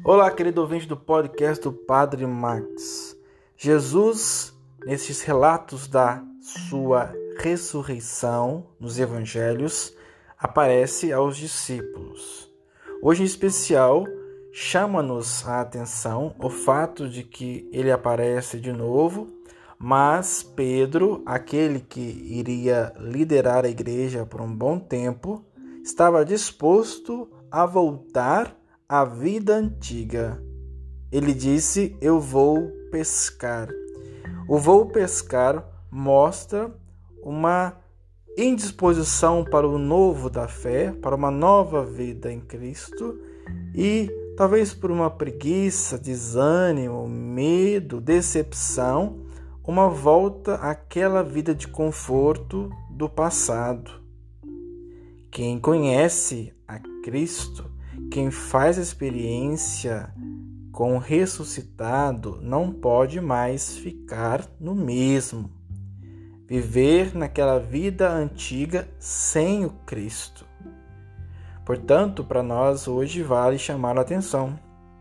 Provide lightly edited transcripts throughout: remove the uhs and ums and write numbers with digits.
Olá, querido ouvinte do podcast do Padre Max. Jesus, nesses relatos da sua ressurreição nos evangelhos, aparece aos discípulos. Hoje, em especial, chama-nos a atenção o fato de que ele aparece de novo, mas Pedro, aquele que iria liderar a igreja por um bom tempo, estava disposto a voltar à vida antiga. Ele disse: "Eu vou pescar." O vou pescar mostra uma indisposição para o novo da fé, para uma nova vida em Cristo e talvez por uma preguiça, desânimo, medo, decepção, uma volta àquela vida de conforto do passado. Quem conhece a Cristo, quem faz experiência com o ressuscitado, não pode mais ficar no mesmo. Viver naquela vida antiga sem o Cristo. Portanto, para nós hoje vale chamar a atenção.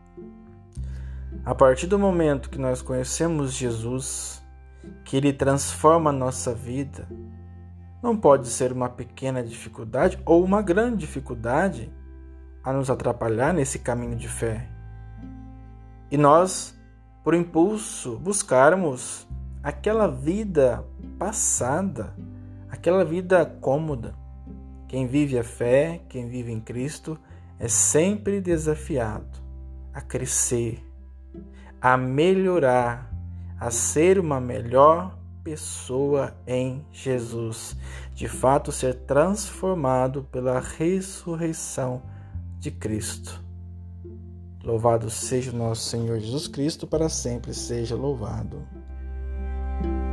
A partir do momento que nós conhecemos Jesus, que Ele transforma a nossa vida, não pode ser uma pequena dificuldade ou uma grande dificuldade a nos atrapalhar nesse caminho de fé. E nós, por impulso, buscarmos aquela vida passada, aquela vida cômoda. Quem vive a fé, quem vive em Cristo, é sempre desafiado a crescer, a melhorar, a ser uma melhor pessoa em Jesus. De fato, ser transformado pela ressurreição de Cristo. Louvado seja o nosso Senhor Jesus Cristo, para sempre seja louvado.